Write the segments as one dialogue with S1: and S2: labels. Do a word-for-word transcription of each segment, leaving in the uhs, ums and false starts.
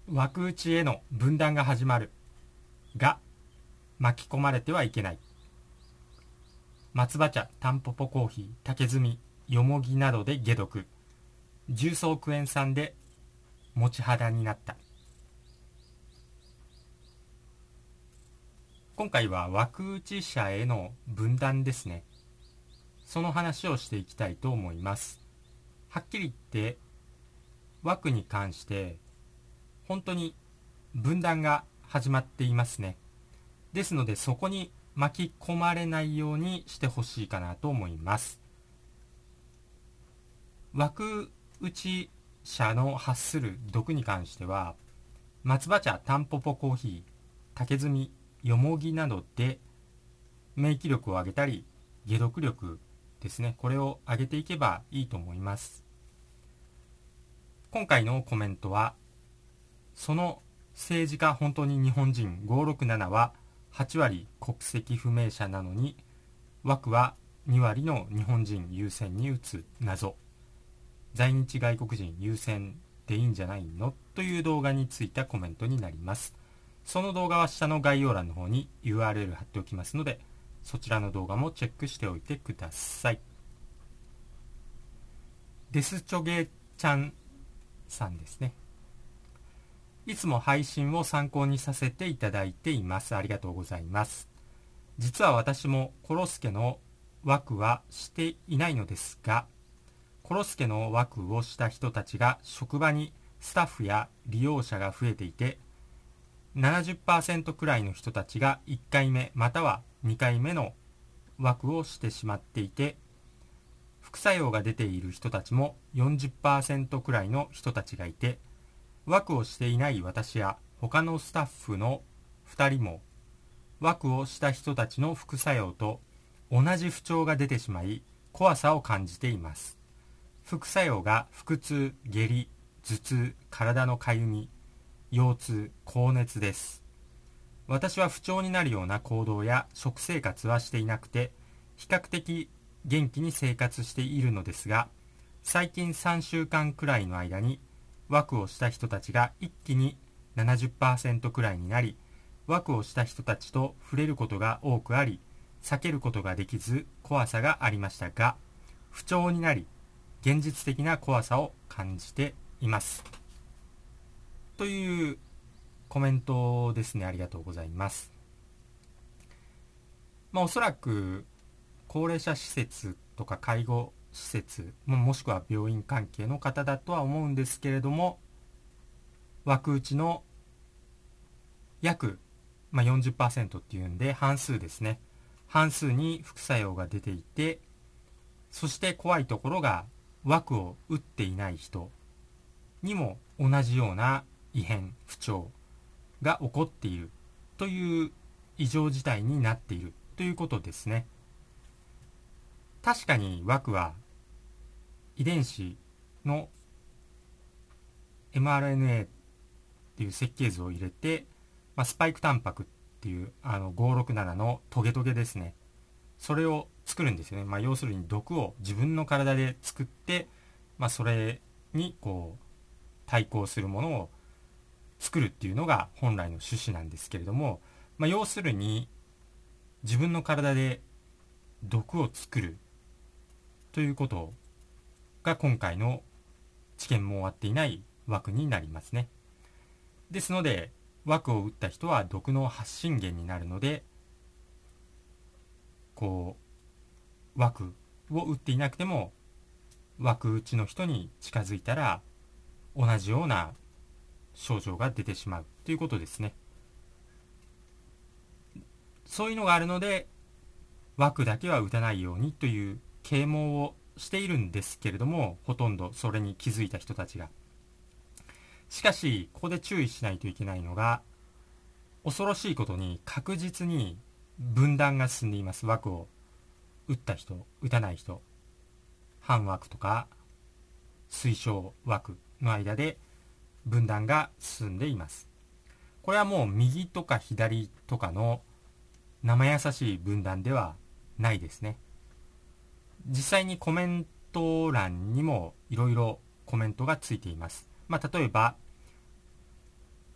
S1: 枠打ちへの分断が始まるが巻き込まれてはいけない。松葉茶、タンポポコーヒー、竹炭、よもぎなどで解毒、重曹クエン酸で持ち肌になった。今回は枠打ち者への分断ですね。その話をしていきたいと思います。はっきり言って枠に関して本当に分断が始まっていますね。ですのでそこに巻き込まれないようにしてほしいかなと思います。枠打ち者の発する毒に関しては、松葉茶、タンポポコーヒー、竹炭、よもぎなどで免疫力を上げたり解毒力ですね、これを上げていけばいいと思います。今回のコメントは、その政治家本当に日本人ごひゃくろくじゅうななははちわり国籍不明者なのに枠はにわりの日本人優先に打つ謎、在日外国人優先でいいんじゃないのという動画についたコメントになります。その動画は下の概要欄の方に ユーアールエル 貼っておきますので、そちらの動画もチェックしておいてください。デスチョゲちゃんさんですね。いつも配信を参考にさせていただいています。ありがとうございます。実は私もコロスケの枠はしていないのですが、コロスケの枠をした人たちが職場にスタッフや利用者が増えていて、ななじゅっパーセント くらいの人たちがいっかいめまたはにかいめの枠をしてしまっていて、副作用が出ている人たちも よんじゅっパーセント くらいの人たちがいて、枠をしていない私や他のスタッフのふたりも枠をした人たちの副作用と同じ不調が出てしまい怖さを感じています。副作用が腹痛、下痢、頭痛、体のかゆみ、腰痛、高熱です。私は不調になるような行動や食生活はしていなくて、比較的元気に生活しているのですが、最近さんしゅうかんくらいの間に枠をした人たちが一気に ななじゅっパーセント くらいになり、枠をした人たちと触れることが多くあり、避けることができず怖さがありましたが、不調になり現実的な怖さを感じていますというコメントですね。ありがとうございます。まあ、おそらく高齢者施設とか介護施設もしくは病院関係の方だとは思うんですけれども、枠打ちの約、まあ、よんじゅっパーセント っていうんで半数ですね、半数に副作用が出ていて、そして怖いところが枠を打っていない人にも同じような異変不調が起こっているという異常事態になっているということですね。確かに枠は遺伝子の エムアールエヌエー っていう設計図を入れて、まあ、スパイクタンパクっていうあのごひゃくろくじゅうななのトゲトゲですね、それを作るんですよね。まあ、要するに毒を自分の体で作って、まあ、それにこう対抗するものを作るっていうのが本来の趣旨なんですけれども、まあ、要するに自分の体で毒を作るということが今回の治験も終わっていない枠になりますね。ですので枠を打った人は毒の発信源になるので、こう枠を打っていなくても枠打ちの人に近づいたら同じような症状が出てしまうということですね。そういうのがあるので枠だけは打たないようにという啓蒙をしているんですけれども、ほとんどそれに気づいた人たちが。しかしここで注意しないといけないのが、恐ろしいことに確実に分断が進んでいます。枠を打った人、打たない人、反枠とか推奨枠の間で分断が進んでいます。これはもう右とか左とかの生優しい分断ではないですね。実際にコメント欄にもいろいろコメントがついています。まあ、例えば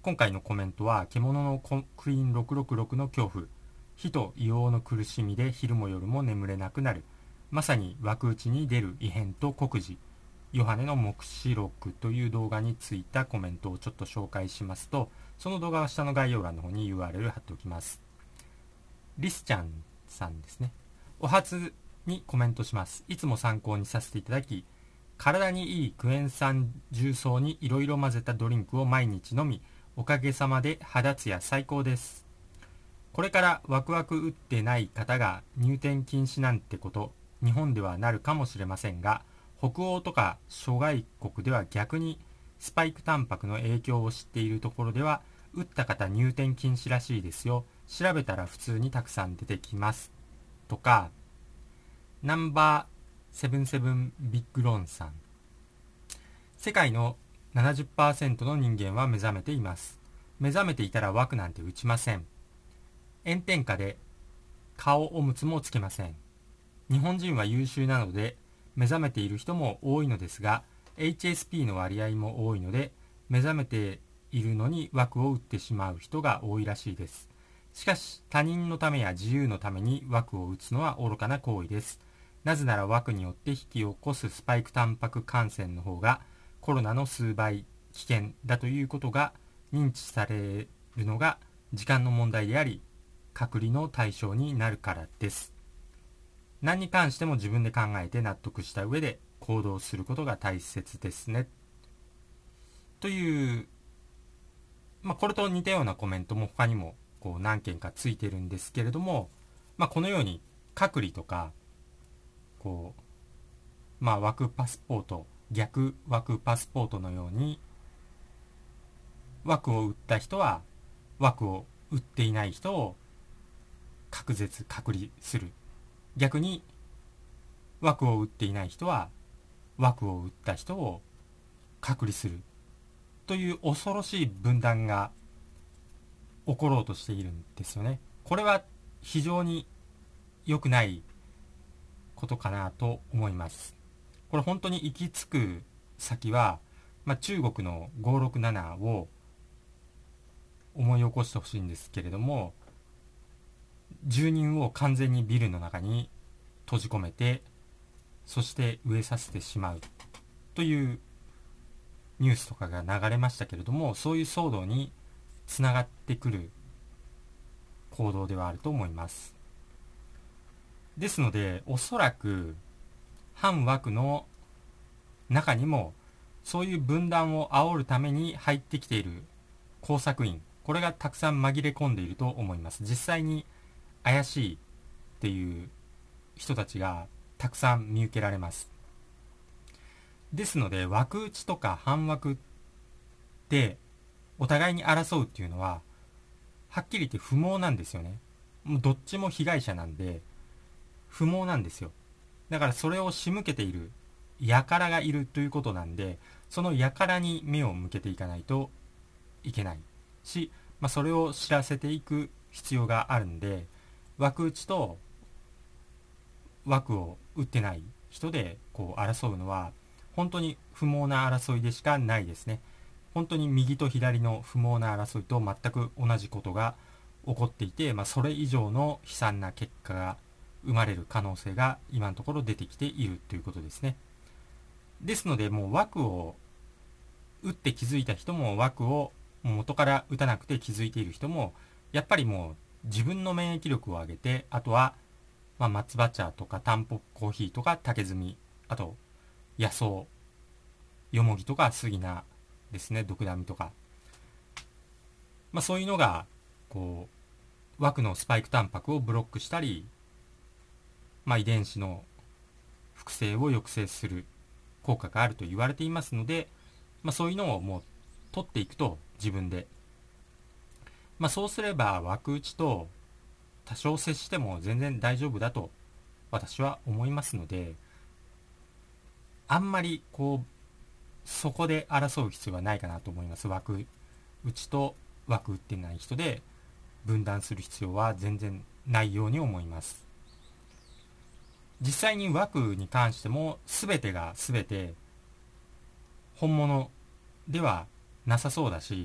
S1: 今回のコメントは獣のクイーンろくろくろくの恐怖、火と硫黄の苦しみで昼も夜も眠れなくなる、まさに枠打ちに出る異変と酷似、ヨハネの黙示録という動画についたコメントをちょっと紹介しますと、その動画は下の概要欄の方に ユーアールエル 貼っておきます。リスちゃんさんですね。お初にコメントします。いつも参考にさせていただき、体にいいクエン酸重曹にいろいろ混ぜたドリンクを毎日飲み、おかげさまで肌ツヤ最高です。これからワクワク打ってない方が入店禁止なんてこと日本ではなるかもしれませんが、北欧とか諸外国では逆にスパイクタンパクの影響を知っているところでは打った方入店禁止らしいですよ。調べたら普通にたくさん出てきますとか、ナンバーセブンセブンビッグロンさん、世界の ななじゅっパーセント の人間は目覚めています。目覚めていたら枠なんて打ちません。炎天下で顔おむつもつけません。日本人は優秀なので目覚めている人も多いのですが、 エイチエスピー の割合も多いので目覚めているのに枠を打ってしまう人が多いらしいです。しかし他人のためや自由のために枠を打つのは愚かな行為です。なぜなら枠によって引き起こすスパイクタンパク感染の方がコロナの数倍危険だということが認知されるのが時間の問題であり、隔離の対象になるからです。何に関しても自分で考えて納得した上で行動することが大切ですね。という、まあ、これと似たようなコメントも他にもこう何件かついてるんですけれども、まあ、このように隔離とかこう、まあ、枠パスポート、逆枠パスポートのように枠を打った人は枠を打っていない人を隔絶隔離する、逆に枠を打っていない人は枠を打った人を隔離するという恐ろしい分断が起ころうとしているんですよね。これは非常に良くないことかなと思います。これ本当に行き着く先は、まあ、中国のごろくななを思い起こしてほしいんですけれども、住人を完全にビルの中に閉じ込めて、そして植えさせてしまうというニュースとかが流れましたけれども、そういう騒動につながってくる行動ではあると思います。ですのでおそらく反枠の中にもそういう分断を煽るために入ってきている工作員、これがたくさん紛れ込んでいると思います。実際に怪しいっていう人たちがたくさん見受けられます。ですので枠打ちとか反枠でお互いに争うっていうのははっきり言って不毛なんですよね。もうどっちも被害者なんで不毛なんですよ。だからそれを仕向けている輩がいるということなんで、その輩に目を向けていかないといけないし、まあ、それを知らせていく必要があるんで、枠打ちと枠を打ってない人でこう争うのは本当に不毛な争いでしかないですね。本当に右と左の不毛な争いと全く同じことが起こっていて、まあ、それ以上の悲惨な結果が生まれる可能性が今のところ出てきているということですね。ですのでもう枠を打って気づいた人も枠を元から打たなくて気づいている人もやっぱりもう自分の免疫力を上げて、あとはまあ松葉茶とかタンポポコーヒーとか竹炭、あと野草、よもぎとか杉菜ですね、ドクダミとか、まあ、そういうのがこう枠のスパイクタンパクをブロックしたり、まあ、遺伝子の複製を抑制する効果があると言われていますので、まあ、そういうのをもう取っていくと自分で、まあ、そうすれば枠打ちと多少接しても全然大丈夫だと私は思いますので、あんまりこうそこで争う必要はないかなと思います。枠打ちと枠打ってない人で分断する必要は全然ないように思います。実際に枠に関しても全てが全て本物ではなさそうだし、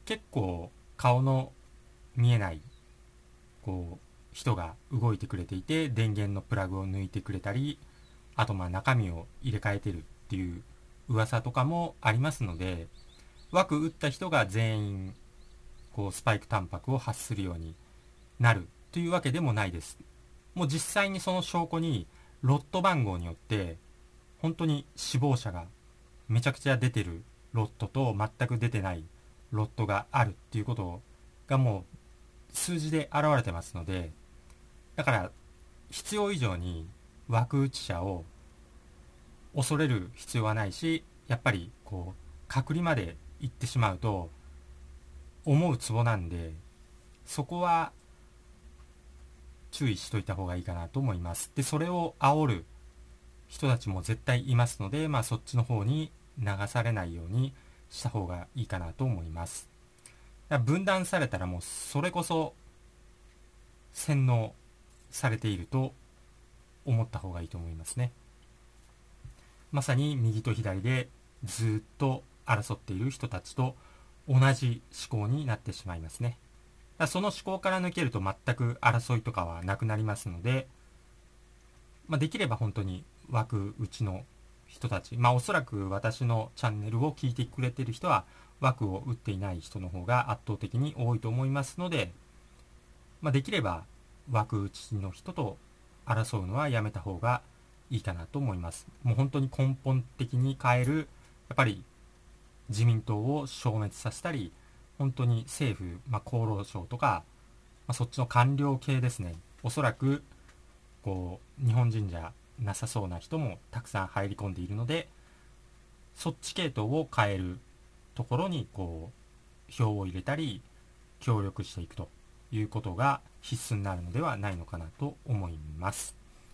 S1: 結構顔の見えないこう人が動いてくれていて、電源のプラグを抜いてくれたり、あとまあ中身を入れ替えてるっていう噂とかもありますので、枠打った人が全員こうスパイクタンパクを発するようになるというわけでもないです。もう実際にその証拠にロット番号によって本当に死亡者がめちゃくちゃ出てるロットと全く出てないロットがあるっていうことがもう数字で現れてますので、だから必要以上に枠打ち者を恐れる必要はないし、やっぱりこう隔離まで行ってしまうと思うツボなんで、そこは注意しといた方がいいかなと思います。で、それを煽る人たちも絶対いますので、まあそっちの方に流されないようにした方がいいかなと思います。だから分断されたらもうそれこそ洗脳されていると思った方がいいと思いますね。まさに右と左でずっと争っている人たちと同じ思考になってしまいますね。だからその思考から抜けると全く争いとかはなくなりますので、まあ、できれば本当に枠うちの人たち、まあおそらく私のチャンネルを聞いてくれている人は枠を打っていない人の方が圧倒的に多いと思いますので、まあ、できれば枠打ちの人と争うのはやめた方がいいかなと思います。もう本当に根本的に変える、やっぱり自民党を消滅させたり、本当に政府、まあ、厚労省とか、まあ、そっちの官僚系ですね、おそらくこう日本人じゃなさそうな人もたくさん入り込んでいるので、そっち系統を変えるところにこう票を入れたり協力していくということが必須になるのではないのかなと思います。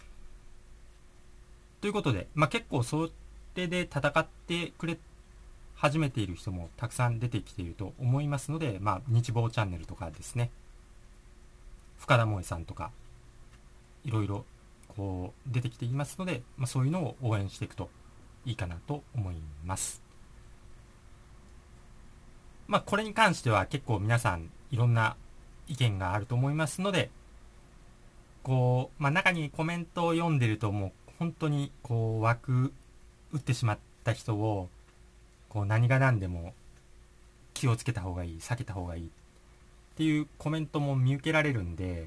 S1: ということで、まあ、結構それで戦ってくれ始めている人もたくさん出てきていると思いますので、まあ、日坊チャンネルとかですね、深田萌さんとかいろいろこう出てきていますので、まあ、そういうのを応援していくといいかなと思います。まあこれに関しては結構皆さんいろんな意見があると思いますので、こう、まあ、中にコメントを読んでるともう本当にこう枠打ってしまった人をこう何が何でも気をつけた方がいい、避けた方がいいっていうコメントも見受けられるんで、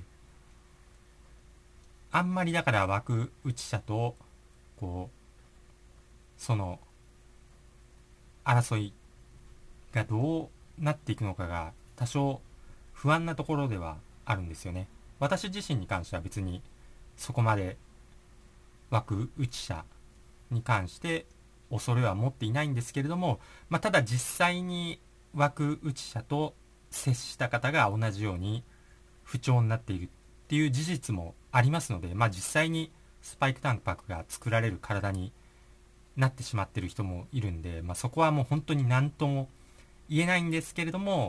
S1: あんまりだから枠打ち者とこうその争いがどうなっていくのかが多少不安なところではあるんですよね。私自身に関しては別にそこまで枠打ち者に関して恐れは持っていないんですけれども、まあ、ただ実際に枠打ち者と接した方が同じように不調になっているっていう事実もありますので、まあ、実際にスパイクタンパクが作られる体になってしまっている人もいるんで、まあ、そこはもう本当に何とも言えないんですけれども、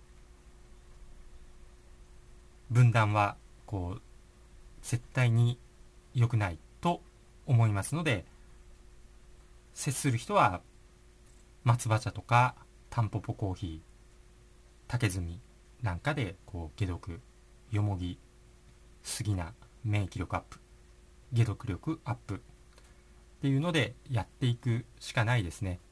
S1: 分断はこう絶対に良くないと思いますので、接する人は松葉茶とかタンポポコーヒー、竹炭なんかでこう解毒、よもぎ、杉菜、免疫力アップ、解毒力アップっていうのでやっていくしかないですね。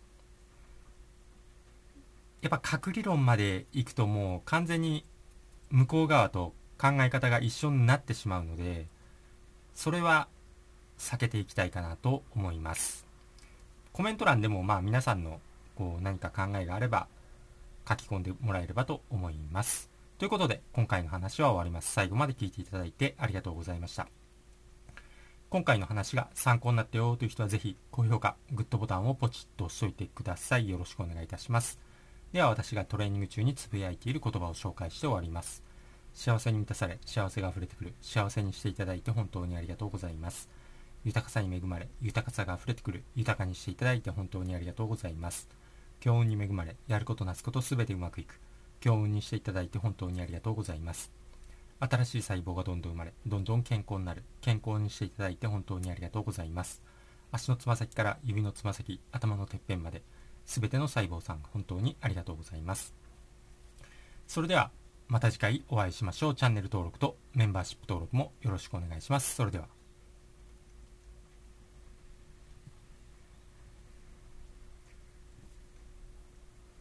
S1: やっぱ核理論までいくともう完全に向こう側と考え方が一緒になってしまうので、それは避けていきたいかなと思います。コメント欄でもまあ皆さんのこう何か考えがあれば書き込んでもらえればと思います。ということで今回の話は終わります。最後まで聞いていただいてありがとうございました。今回の話が参考になったよという人はぜひ高評価、グッドボタンをポチッと押しておいてください。よろしくお願いいたします。では私がトレーニング中につぶやいている言葉を紹介して終わります。幸せに満たされ、幸せが溢れてくる、幸せにしていただいて本当にありがとうございます。豊かさに恵まれ、豊かさが溢れてくる、豊かにしていただいて本当にありがとうございます。強運に恵まれ、やることなすことすべてうまくいく、強運にしていただいて本当にありがとうございます。新しい細胞がどんどん生まれ、どんどん健康になる、健康にしていただいて本当にありがとうございます。足のつま先から指のつま先、頭のてっぺんまで、すべての細胞さん本当にありがとうございます。 それではまた次回お会いしましょう。チャンネル登録とメンバーシップ登録もよろしくお願いします。それでは。